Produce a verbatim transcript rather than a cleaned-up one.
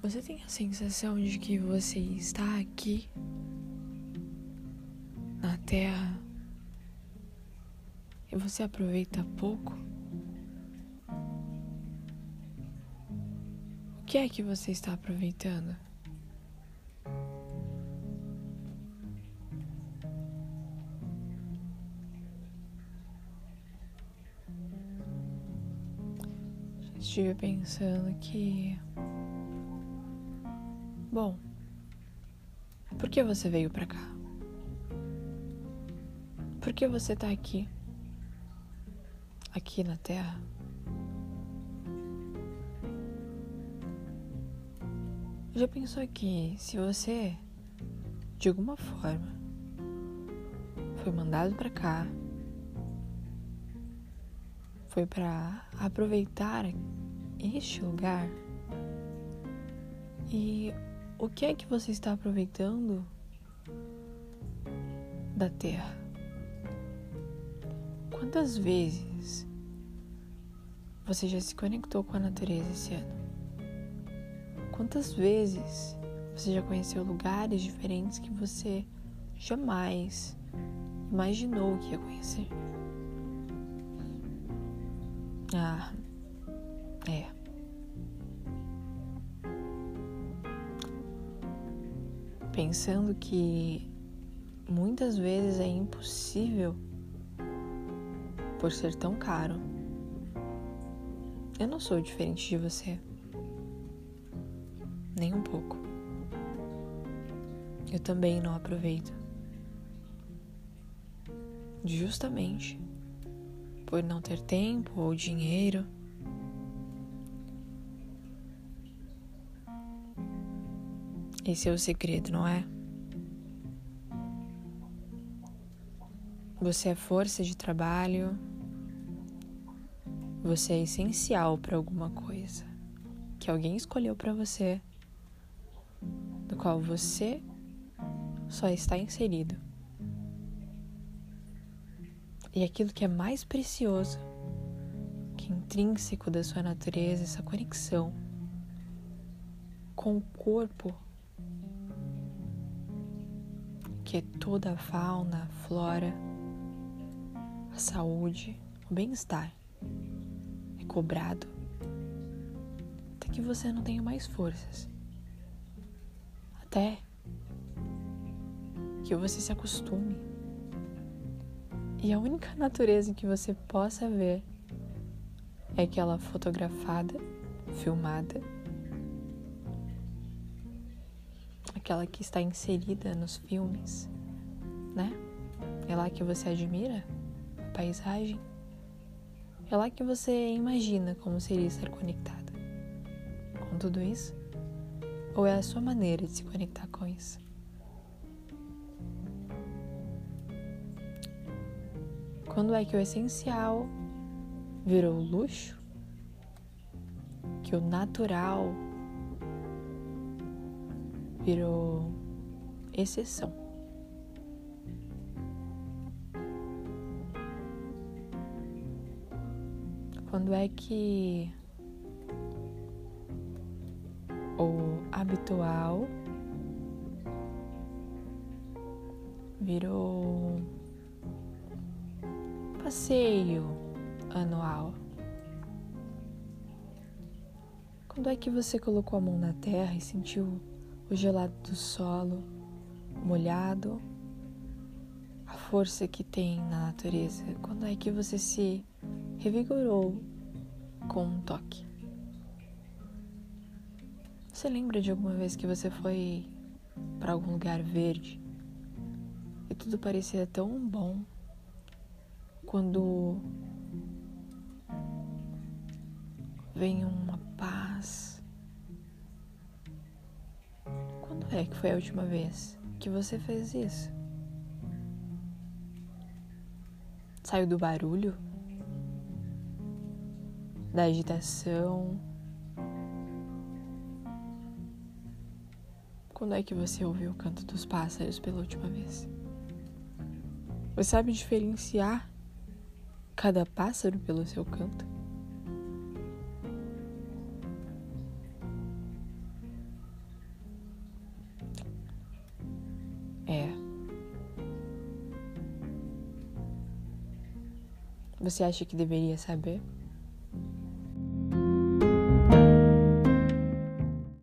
Você tem a sensação de que você está aqui na Terra e você aproveita pouco? O que é que você está aproveitando? Estive pensando que... Bom, por que você veio pra cá? Por que você tá aqui? Aqui na Terra? Já pensou que se você, de alguma forma, foi mandado pra cá, foi pra aproveitar este lugar, e o que é que você está aproveitando da Terra? Quantas vezes você já se conectou com a natureza esse ano? Quantas vezes você já conheceu lugares diferentes que você jamais imaginou que ia conhecer? Ah, é. Pensando que muitas vezes é impossível por ser tão caro. Eu não sou diferente de você. Nem um pouco. Eu também não aproveito. Justamente por não ter tempo ou dinheiro. Esse é o segredo, não é? Você é força de trabalho. Você é essencial para alguma coisa que alguém escolheu para você, do qual você só está inserido. E aquilo que é mais precioso, que é intrínseco da sua natureza, essa conexão com o corpo, que é toda a fauna, a flora, a saúde, o bem-estar, é cobrado até que você não tenha mais forças, até que você se acostume. E a única natureza que você possa ver é aquela fotografada, filmada, aquela que está inserida nos filmes, né? É lá que você admira a paisagem. É lá que você imagina como seria estar conectada com tudo isso. Ou é a sua maneira de se conectar com isso? Quando é que o essencial virou luxo? Que o natural virou exceção? Quando é que o habitual virou passeio anual? Quando é que você colocou a mão na terra e sentiu o gelado do solo molhado, a força que tem na natureza? Quando é que você se revigorou com um toque? Você lembra de alguma vez que você foi para algum lugar verde e tudo parecia tão bom? Quando vem uma paz. Quando é que foi a última vez que você fez isso? Saiu do barulho, da agitação. Quando é que você ouviu o canto dos pássaros pela última vez? Você sabe diferenciar cada pássaro pelo seu canto? Você acha que deveria saber?